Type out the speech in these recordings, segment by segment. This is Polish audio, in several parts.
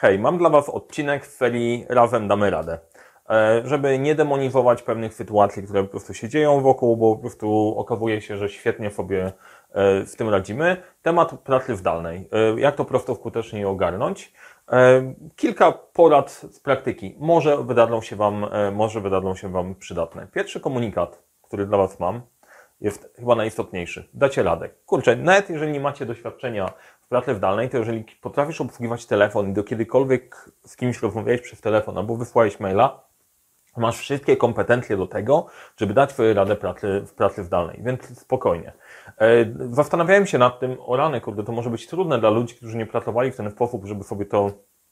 Hej, mam dla Was odcinek z serii Razem damy radę. Żeby nie demonizować pewnych sytuacji, które po prostu się dzieją wokół, bo po prostu okazuje się, że świetnie sobie z tym radzimy. Temat pracy zdalnej. Jak to prosto, skutecznie ogarnąć. Kilka porad z praktyki. Może wydadzą się Wam przydatne. Pierwszy komunikat, który dla Was mam, jest chyba najistotniejszy. Dacie radę. Kurczę, nawet jeżeli nie macie doświadczenia w pracy zdalnej, to jeżeli potrafisz obsługiwać telefon i do kiedykolwiek z kimś rozmawiałeś przez telefon albo wysłałeś maila, masz wszystkie kompetencje do tego, żeby dać sobie radę w pracy zdalnej, więc spokojnie. Zastanawiałem się nad tym, o rany, kurde, to może być trudne dla ludzi, którzy nie pracowali w ten sposób, żeby sobie to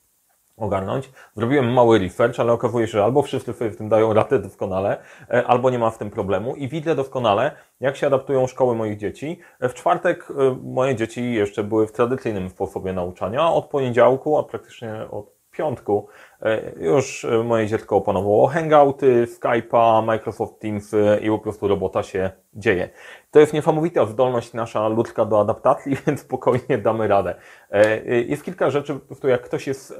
ogarnąć. Zrobiłem mały research, ale okazuje się, że albo wszyscy sobie w tym dają radę doskonale, albo nie ma w tym problemu i widzę doskonale, jak się adaptują szkoły moich dzieci. W czwartek moje dzieci jeszcze były w tradycyjnym sposobie nauczania, od poniedziałku, a praktycznie od piątku już moje dziecko opanowało Hangouty, Skype'a, Microsoft Teams i po prostu robota się dzieje. To jest niesamowita zdolność nasza ludzka do adaptacji, więc spokojnie damy radę. Jest kilka rzeczy, po prostu jak ktoś jest...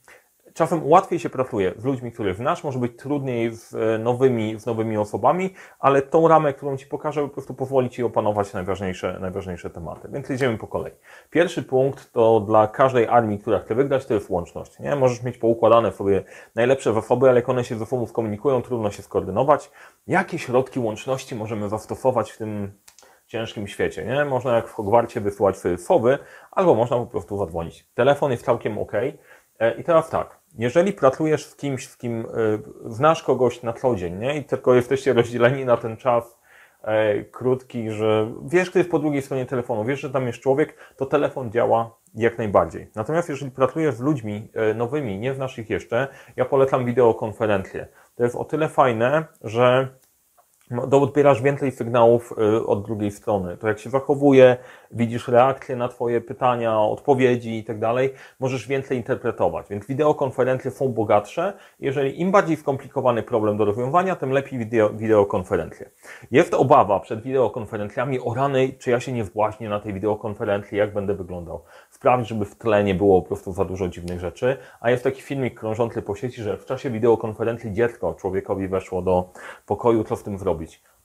Czasem łatwiej się pracuje z ludźmi, których znasz, może być trudniej z nowymi osobami, ale tą ramę, którą Ci pokażę, po prostu pozwoli Ci opanować najważniejsze tematy. Więc idziemy po kolei. Pierwszy punkt to dla każdej armii, która chce wygrać, to jest łączność. Nie? Możesz mieć poukładane sobie najlepsze zasoby, ale jak one się ze sobą skomunikują, trudno się skoordynować. Jakie środki łączności możemy zastosować w tym ciężkim świecie? Nie? Można jak w Hogwarcie wysyłać sobie sowy, albo można po prostu zadzwonić. Telefon jest całkiem ok. I teraz tak, jeżeli pracujesz z kimś, z kim znasz kogoś na co dzień, nie? I tylko jesteście rozdzieleni na ten czas krótki, że wiesz, kto jest po drugiej stronie telefonu, wiesz, że tam jest człowiek, to telefon działa jak najbardziej. Natomiast jeżeli pracujesz z ludźmi nowymi, nie znasz ich jeszcze, ja polecam wideokonferencje. To jest o tyle fajne, że odbierasz więcej sygnałów od drugiej strony. To jak się zachowuje, widzisz reakcje na Twoje pytania, odpowiedzi i tak dalej, możesz więcej interpretować. Więc wideokonferencje są bogatsze. Jeżeli im bardziej skomplikowany problem do rozwiązania, tym lepiej wideokonferencje. Jest obawa przed wideokonferencjami, o rany, czy ja się nie zbłaźnię na tej wideokonferencji, jak będę wyglądał. Sprawdź, żeby w tle nie było po prostu za dużo dziwnych rzeczy. A jest taki filmik krążący po sieci, że w czasie wideokonferencji dziecko człowiekowi weszło do pokoju, co z tym zrobić.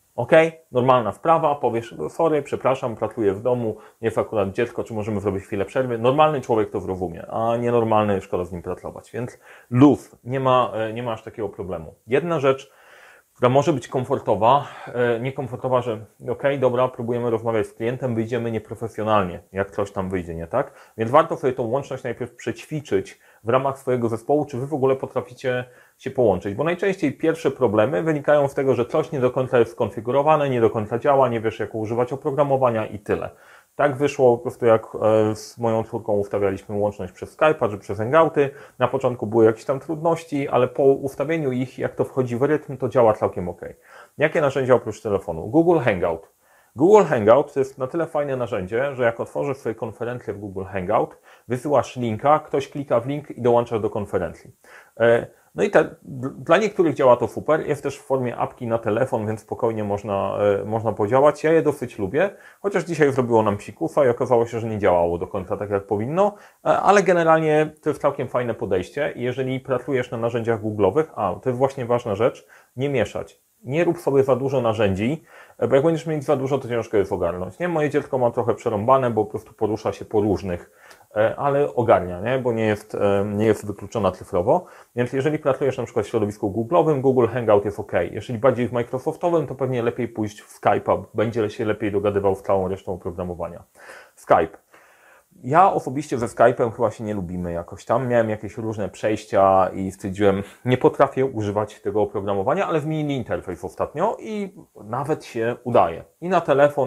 Normalna sprawa, powiesz, sorry, przepraszam, pracuję w domu, jest akurat dziecko, czy możemy zrobić chwilę przerwy. Normalny człowiek to zrozumie, a nienormalny szkoda z nim pracować. Więc luz, nie ma aż takiego problemu. Jedna rzecz, która może być komfortowa, niekomfortowa, że dobra, próbujemy rozmawiać z klientem, wyjdziemy nieprofesjonalnie, jak coś tam wyjdzie, nie tak? Więc warto sobie tą łączność najpierw przećwiczyć w ramach swojego zespołu, czy Wy w ogóle potraficie się połączyć, bo najczęściej pierwsze problemy wynikają z tego, że coś nie do końca jest skonfigurowane, nie do końca działa, nie wiesz, jak używać oprogramowania i tyle. Tak wyszło po prostu, jak z moją córką ustawialiśmy łączność przez Skype'a czy przez Hangouty. Na początku były jakieś tam trudności, ale po ustawieniu ich, jak to wchodzi w rytm, to działa całkiem ok. Jakie narzędzia oprócz telefonu? Google Hangout. Google Hangout to jest na tyle fajne narzędzie, że jak otworzysz sobie konferencję w Google Hangout, wysyłasz linka, ktoś klika w link i dołącza do konferencji. No i dla niektórych działa to super, jest też w formie apki na telefon, więc spokojnie można podziałać. Ja je dosyć lubię, chociaż dzisiaj zrobiło nam psikusa i okazało się, że nie działało do końca tak jak powinno, ale generalnie to jest całkiem fajne podejście i jeżeli pracujesz na narzędziach Google'owych, to jest właśnie ważna rzecz, nie mieszać. Nie rób sobie za dużo narzędzi, bo jak będziesz mieć za dużo, to ciężko jest ogarnąć. Nie, moje dziecko ma trochę przerąbane, bo po prostu porusza się po różnych, ale ogarnia, nie? Bo nie jest wykluczona cyfrowo. Więc jeżeli pracujesz na przykład w środowisku Google'owym, Google Hangout jest ok. Jeżeli bardziej w Microsoftowym, to pewnie lepiej pójść w Skype'a, będzie się lepiej dogadywał z całą resztą oprogramowania. Skype. Ja osobiście ze Skype'em chyba się nie lubimy jakoś tam. Miałem jakieś różne przejścia i stwierdziłem, nie potrafię używać tego oprogramowania, ale zmienili interfejs ostatnio i nawet się udaje. I na telefon,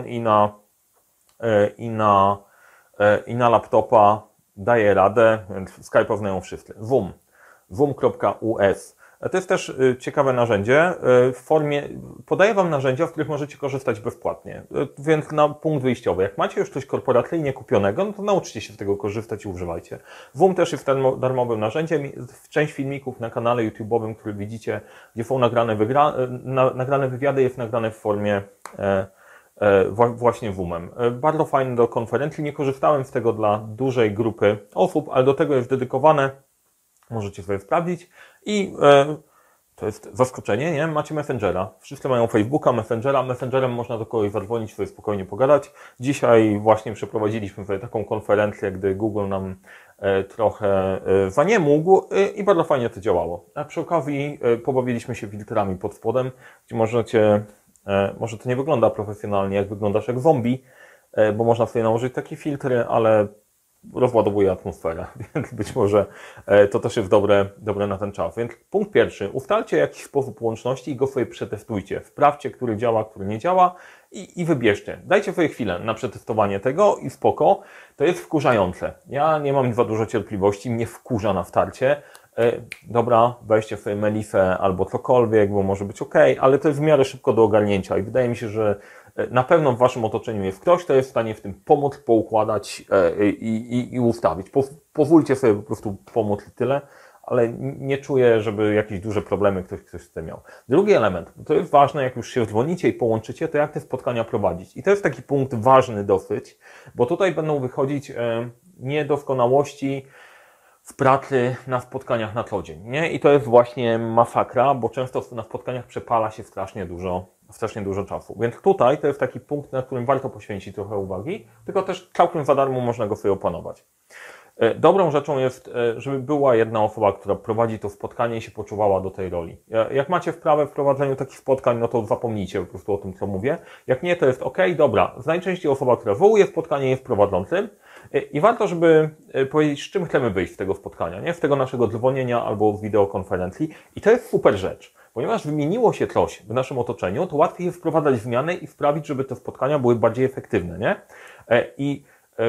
i na laptopa daje radę, więc Skype'a znają wszyscy. Zoom. Zoom.us. To jest też ciekawe narzędzie. Podaję Wam narzędzia, z których możecie korzystać bezpłatnie. Więc na punkt wyjściowy, jak macie już coś korporacyjnie kupionego, no to nauczcie się z tego korzystać i używajcie. Zoom też jest darmowym narzędziem. Część filmików na kanale YouTube'owym, który widzicie, gdzie są nagrane wywiady, jest nagrane w formie właśnie Zoomem. Bardzo fajny do konferencji. Nie korzystałem z tego dla dużej grupy osób, ale do tego jest dedykowane Możecie sobie sprawdzić i to jest zaskoczenie, nie? Macie Messengera. Wszyscy mają Facebooka, Messengera. Messengerem można do kogoś zadzwonić, sobie spokojnie pogadać. Dzisiaj właśnie przeprowadziliśmy sobie taką konferencję, gdy Google nam trochę zaniemógł i bardzo fajnie to działało. A przy okazji pobawiliśmy się filtrami pod spodem, gdzie możecie, może to nie wygląda profesjonalnie, jak wyglądasz jak zombie, bo można sobie nałożyć takie filtry, ale rozładowuje atmosferę, więc być może to też jest dobre na ten czas. Więc punkt pierwszy, ustalcie jakiś sposób łączności i go sobie przetestujcie. Sprawdźcie, który działa, który nie działa i wybierzcie. Dajcie sobie chwilę na przetestowanie tego i spoko. To jest wkurzające. Ja nie mam za dużo cierpliwości, mnie wkurza na starcie. Dobra, weźcie sobie Melisę albo cokolwiek, bo może być ok, ale to jest w miarę szybko do ogarnięcia i wydaje mi się, że na pewno w waszym otoczeniu jest ktoś, kto jest w stanie w tym pomóc, poukładać i ustawić. Pozwólcie sobie po prostu pomóc i tyle, ale nie czuję, żeby jakieś duże problemy ktoś z tym miał. Drugi element, to jest ważne, jak już się dzwonicie i połączycie, to jak te spotkania prowadzić. I to jest taki punkt ważny dosyć, bo tutaj będą wychodzić niedoskonałości w pracy na spotkaniach na co dzień, nie? I to jest właśnie masakra, bo często na spotkaniach przepala się strasznie dużo czasu. Więc tutaj to jest taki punkt, na którym warto poświęcić trochę uwagi, tylko też całkiem za darmo można go sobie opanować. Dobrą rzeczą jest, żeby była jedna osoba, która prowadzi to spotkanie i się poczuwała do tej roli. Jak macie wprawę w prowadzeniu takich spotkań, no to zapomnijcie po prostu o tym, co mówię. Jak nie, to jest ok, dobra. Najczęściej osoba, która wołuje spotkanie, jest prowadzącym i warto, żeby powiedzieć, z czym chcemy wyjść z tego spotkania, nie? Z tego naszego dzwonienia albo z wideokonferencji. I to jest super rzecz. Ponieważ wymieniło się coś w naszym otoczeniu, to łatwiej jest wprowadzać zmiany i sprawić, żeby te spotkania były bardziej efektywne, nie? I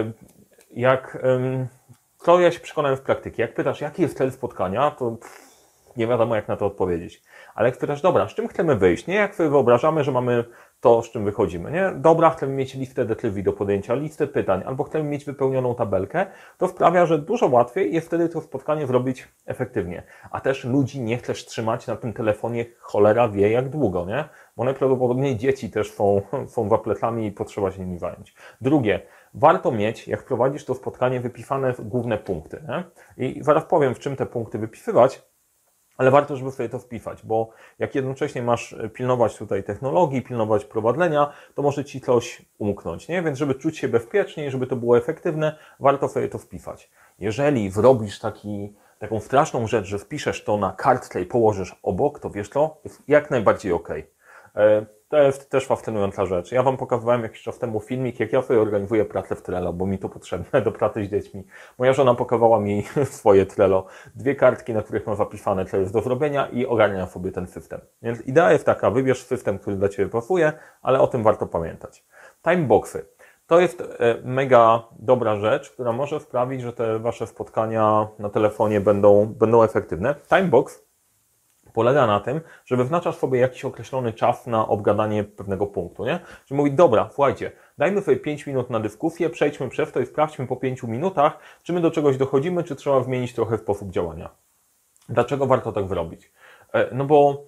co ja się przekonałem w praktyce, jak pytasz, jaki jest cel spotkania, to nie wiadomo, jak na to odpowiedzieć. Ale jak pytasz, dobra, z czym chcemy wyjść, nie? Jak sobie wyobrażamy, że mamy to, z czym wychodzimy, nie? Dobra, chcemy mieć listę decyzji do podjęcia, listę pytań, albo chcemy mieć wypełnioną tabelkę, to sprawia, że dużo łatwiej jest wtedy to spotkanie zrobić efektywnie. A też ludzi nie chcesz trzymać na tym telefonie, cholera wie jak długo, nie? Bo najprawdopodobniej dzieci też są za plecami i potrzeba się nimi zająć. Drugie, warto mieć, jak prowadzisz to spotkanie, wypisane główne punkty, nie? I zaraz powiem, w czym te punkty wypisywać, ale warto, żeby sobie to wpisać, bo jak jednocześnie masz pilnować tutaj technologii, pilnować prowadzenia, to może ci coś umknąć, nie? Więc żeby czuć się bezpiecznie, żeby to było efektywne, warto sobie to wpisać. Jeżeli zrobisz taką straszną rzecz, że wpiszesz to na kartce i położysz obok, to wiesz co? Jest jak najbardziej okej. To jest też fascynująca rzecz. Ja wam pokazywałem jakiś czas temu filmik, jak ja sobie organizuję pracę w Trello, bo mi to potrzebne do pracy z dziećmi. Moja żona pokazała mi swoje Trello. 2 kartki, na których mam zapisane, co jest do zrobienia i ogarnia sobie ten system. Więc idea jest taka, wybierz system, który dla ciebie pasuje, ale o tym warto pamiętać. Timeboxy. To jest mega dobra rzecz, która może sprawić, że te wasze spotkania na telefonie będą efektywne. Timebox polega na tym, że wyznaczasz sobie jakiś określony czas na obgadanie pewnego punktu, nie? Że mówić, dobra, słuchajcie, dajmy sobie 5 minut na dyskusję, przejdźmy przez to i sprawdźmy po 5 minutach, czy my do czegoś dochodzimy, czy trzeba zmienić trochę sposób działania. Dlaczego warto tak zrobić? No bo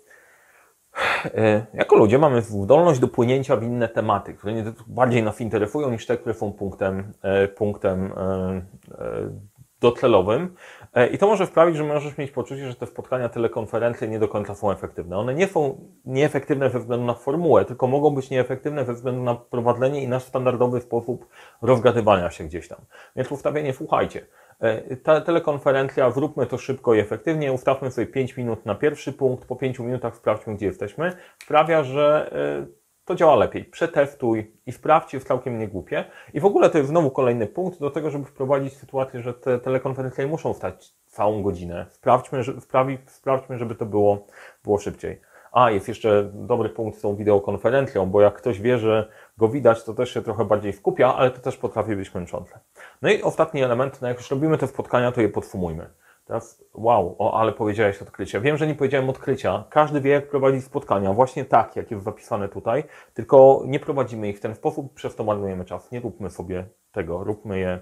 jako ludzie mamy zdolność do płynięcia w inne tematy, które bardziej nas interesują niż te, które są punktem docelowym. I to może sprawić, że możesz mieć poczucie, że te spotkania telekonferencje nie do końca są efektywne. One nie są nieefektywne ze względu na formułę, tylko mogą być nieefektywne ze względu na prowadzenie i nasz standardowy sposób rozgadywania się gdzieś tam. Więc ustawienie, słuchajcie, ta telekonferencja, zróbmy to szybko i efektywnie, ustawmy sobie 5 minut na pierwszy punkt, po 5 minutach sprawdźmy, gdzie jesteśmy, sprawia, że to działa lepiej. Przetestuj i sprawdź, jest całkiem niegłupie. I w ogóle to jest znowu kolejny punkt do tego, żeby wprowadzić sytuację, że te telekonferencje nie muszą stać całą godzinę. Sprawdźmy, żeby to było szybciej. A, jest jeszcze dobry punkt z tą wideokonferencją, bo jak ktoś wie, że go widać, to też się trochę bardziej skupia, ale to też potrafi być męczące. No i ostatni element, no jak już robimy te spotkania, to je podsumujmy. Teraz, wow, ale powiedziałeś odkrycia. Wiem, że nie powiedziałem odkrycia. Każdy wie, jak prowadzić spotkania. Właśnie tak, jak jest zapisane tutaj. Tylko nie prowadzimy ich w ten sposób, przez to marnujemy czas. Nie róbmy sobie tego. Róbmy je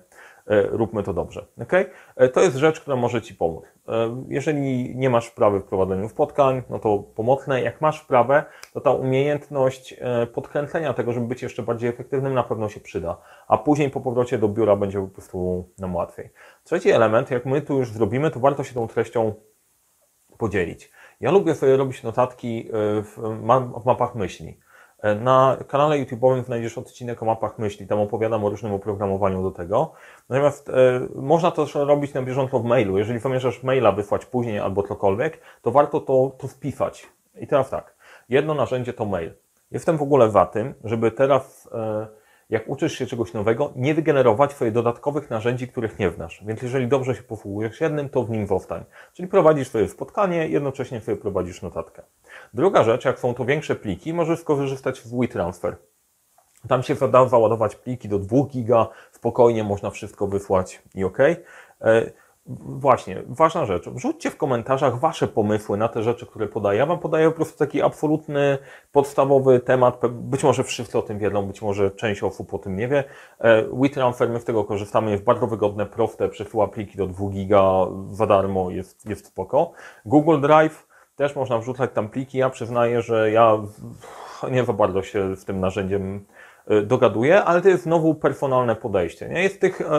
róbmy to dobrze. Okay? To jest rzecz, która może Ci pomóc. Jeżeli nie masz wprawy w prowadzeniu spotkań, no to pomocne. Jak masz wprawę, to ta umiejętność podkręcenia tego, żeby być jeszcze bardziej efektywnym, na pewno się przyda. A później po powrocie do biura będzie po prostu nam łatwiej. Trzeci element, jak my tu już zrobimy, to warto się tą treścią podzielić. Ja lubię sobie robić notatki w mapach myśli. Na kanale YouTube'owym znajdziesz odcinek o mapach myśli, tam opowiadam o różnym oprogramowaniu do tego. Natomiast można to też robić na bieżąco w mailu. Jeżeli zamierzasz maila wysłać później albo cokolwiek, to warto to wpisać. I teraz tak, jedno narzędzie to mail. Jestem w ogóle za tym, żeby teraz, jak uczysz się czegoś nowego, nie wygenerować swoich dodatkowych narzędzi, których nie znasz. Więc jeżeli dobrze się posługujesz jednym, to w nim zostań. Czyli prowadzisz swoje spotkanie, jednocześnie sobie prowadzisz notatkę. Druga rzecz, jak są to większe pliki, możesz skorzystać z WeTransfer. Tam się da załadować pliki do 2 giga, spokojnie można wszystko wysłać i ok. Właśnie, ważna rzecz. Wrzućcie w komentarzach Wasze pomysły na te rzeczy, które podaję. Ja Wam podaję po prostu taki absolutny, podstawowy temat. Być może wszyscy o tym wiedzą, być może część osób o tym nie wie. WeTransfer, my z tego korzystamy, jest bardzo wygodne, proste, przesyła pliki do 2 giga za darmo, jest spoko. Google Drive, też można wrzucać tam pliki. Ja przyznaję, że ja nie za bardzo się z tym narzędziem dogaduję, ale to jest znowu personalne podejście. Nie? Jest tych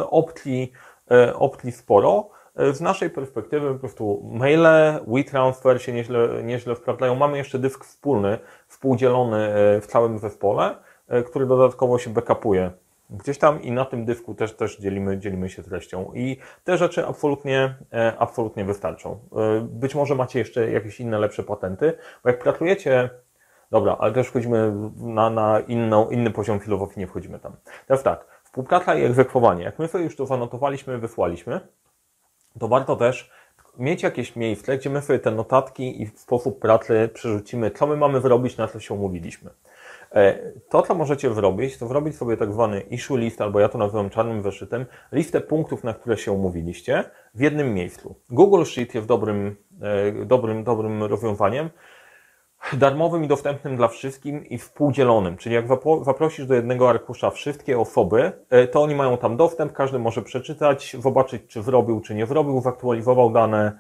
opcji sporo. Z naszej perspektywy po prostu maile, WeTransfer się nieźle sprawdzają. Mamy jeszcze dysk wspólny, współdzielony w całym zespole, który dodatkowo się backupuje gdzieś tam i na tym dysku też dzielimy się treścią. I te rzeczy absolutnie wystarczą. Być może macie jeszcze jakieś inne, lepsze patenty, bo jak pracujecie. Dobra, ale też wchodzimy na inny poziom filozofii, nie wchodzimy tam. Teraz tak, współpraca i egzekwowanie. Jak my sobie już to zanotowaliśmy, wysłaliśmy, to warto też mieć jakieś miejsce, gdzie my sobie te notatki i sposób pracy przerzucimy, co my mamy zrobić, na co się umówiliśmy. To, co możecie zrobić, to zrobić sobie tak zwany issue list, albo ja to nazywam czarnym zeszytem, listę punktów, na które się umówiliście w jednym miejscu. Google Sheet jest dobrym rozwiązaniem, darmowym i dostępnym dla wszystkim i współdzielonym, czyli jak zaprosisz do jednego arkusza wszystkie osoby, to oni mają tam dostęp, każdy może przeczytać, zobaczyć, czy zrobił, czy nie zrobił, zaktualizował dane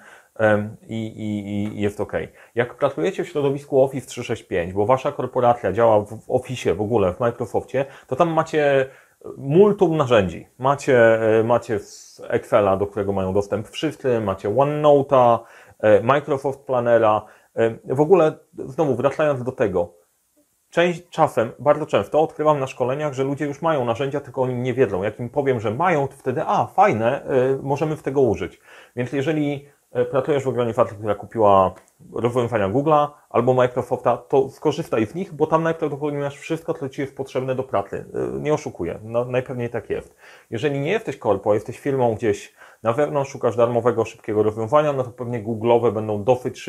i jest ok. Jak pracujecie w środowisku Office 365, bo wasza korporacja działa w Office, w ogóle w Microsoftie, to tam macie multum narzędzi. Macie Excela, do którego mają dostęp wszyscy, macie OneNote'a, Microsoft Plannera. W ogóle, znowu wracając do tego, czasem, bardzo często odkrywam na szkoleniach, że ludzie już mają narzędzia, tylko o nim nie wiedzą. Jak im powiem, że mają, to wtedy, fajne, możemy z tego użyć. Więc jeżeli pracujesz w organizacji, która kupiła rozwiązania Google'a albo Microsofta, to skorzystaj z nich, bo tam najprawdopodobniej masz wszystko, co Ci jest potrzebne do pracy. Nie oszukuję, najpewniej tak jest. Jeżeli nie jesteś korpo, jesteś firmą gdzieś na zewnątrz, szukasz darmowego, szybkiego rozwiązania, no to pewnie Google'owe będą dosyć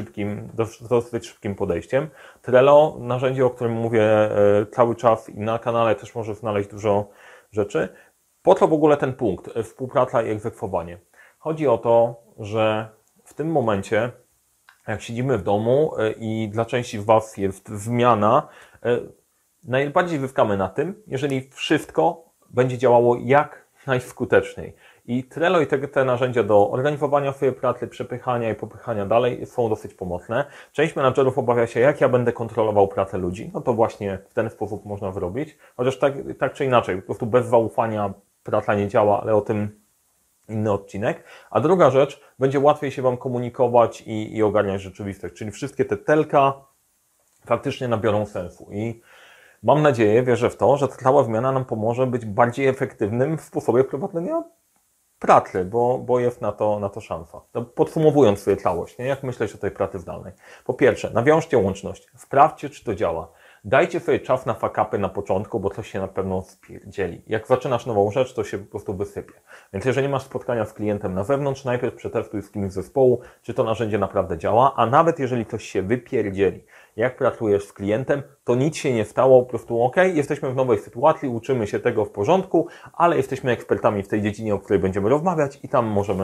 szybkim podejściem. Trello, narzędzie, o którym mówię cały czas i na kanale też możesz znaleźć dużo rzeczy. Po co w ogóle ten punkt? Współpraca i egzekwowanie. Chodzi o to, że w tym momencie, jak siedzimy w domu i dla części z Was jest zmiana, najbardziej zyskamy na tym, jeżeli wszystko będzie działało jak najskuteczniej. I Trello i te narzędzia do organizowania swojej pracy, przepychania i popychania dalej są dosyć pomocne. Część menadżerów obawia się, jak ja będę kontrolował pracę ludzi. No to właśnie w ten sposób można zrobić. Chociaż tak czy inaczej, po prostu bez zaufania praca nie działa, ale o tym inny odcinek. A druga rzecz, będzie łatwiej się Wam komunikować i ogarniać rzeczywistość. Czyli wszystkie te telka faktycznie nabiorą sensu. I mam nadzieję, wierzę w to, że ta cała zmiana nam pomoże być bardziej efektywnym w sposobie prowadzenia pracy, bo jest na to szansa. To podsumowując sobie całość, nie? Jak myśleć o tej pracy zdalnej? Po pierwsze, nawiążcie łączność. Sprawdźcie, czy to działa. Dajcie sobie czas na fuck-upy na początku, bo coś się na pewno spierdzieli. Jak zaczynasz nową rzecz, to się po prostu wysypie. Więc jeżeli masz spotkania z klientem na zewnątrz, najpierw przetestuj z kimś z zespołu, czy to narzędzie naprawdę działa, a nawet jeżeli coś się wypierdzieli, jak pracujesz z klientem, to nic się nie stało, po prostu ok, jesteśmy w nowej sytuacji, uczymy się tego w porządku, ale jesteśmy ekspertami w tej dziedzinie, o której będziemy rozmawiać i tam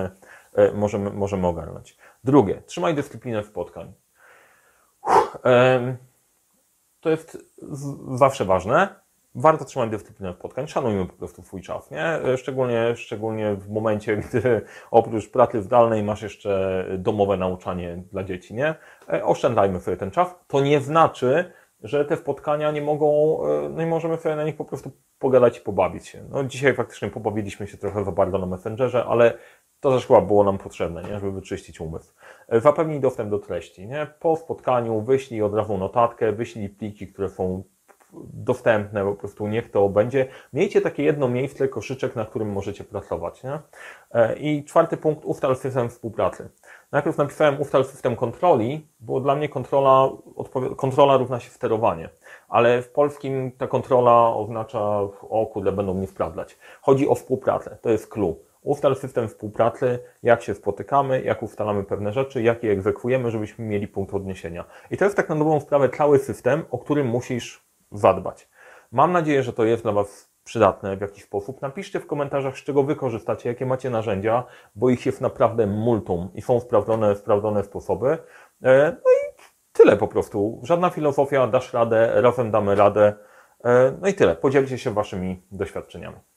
możemy ogarnąć. Drugie, trzymaj dyscyplinę spotkań. To jest zawsze ważne, warto trzymać dyscyplinę spotkań, szanujmy po prostu swój czas, nie? Szczególnie w momencie, gdy oprócz pracy zdalnej masz jeszcze domowe nauczanie dla dzieci, nie? Oszczędzajmy sobie ten czas. To nie znaczy, że te spotkania nie mogą, no i możemy sobie na nich po prostu pogadać i pobawić się. No dzisiaj faktycznie pobawiliśmy się trochę za bardzo na Messengerze, ale to też chyba było nam potrzebne, nie? Żeby wyczyścić umysł. Zapewnij dostęp do treści, nie? Po spotkaniu wyślij od razu notatkę, wyślij pliki, które są dostępne, po prostu niech to będzie. Miejcie takie jedno miejsce, koszyczek, na którym możecie pracować, nie? I czwarty punkt, ustal system współpracy. Najpierw napisałem ustal system kontroli, bo dla mnie kontrola równa się sterowanie, ale w polskim ta kontrola oznacza, o kurde, będą mnie sprawdzać. Chodzi o współpracę, to jest clue. Ustal system współpracy, jak się spotykamy, jak ustalamy pewne rzeczy, jak je egzekwujemy, żebyśmy mieli punkt odniesienia. I to jest tak na dobrą sprawę cały system, o którym musisz zadbać. Mam nadzieję, że to jest dla Was przydatne w jakiś sposób. Napiszcie w komentarzach, z czego Wy korzystacie, jakie macie narzędzia, bo ich jest naprawdę multum i są sprawdzone sposoby. No i tyle po prostu. Żadna filozofia, dasz radę, razem damy radę. No i tyle. Podzielcie się Waszymi doświadczeniami.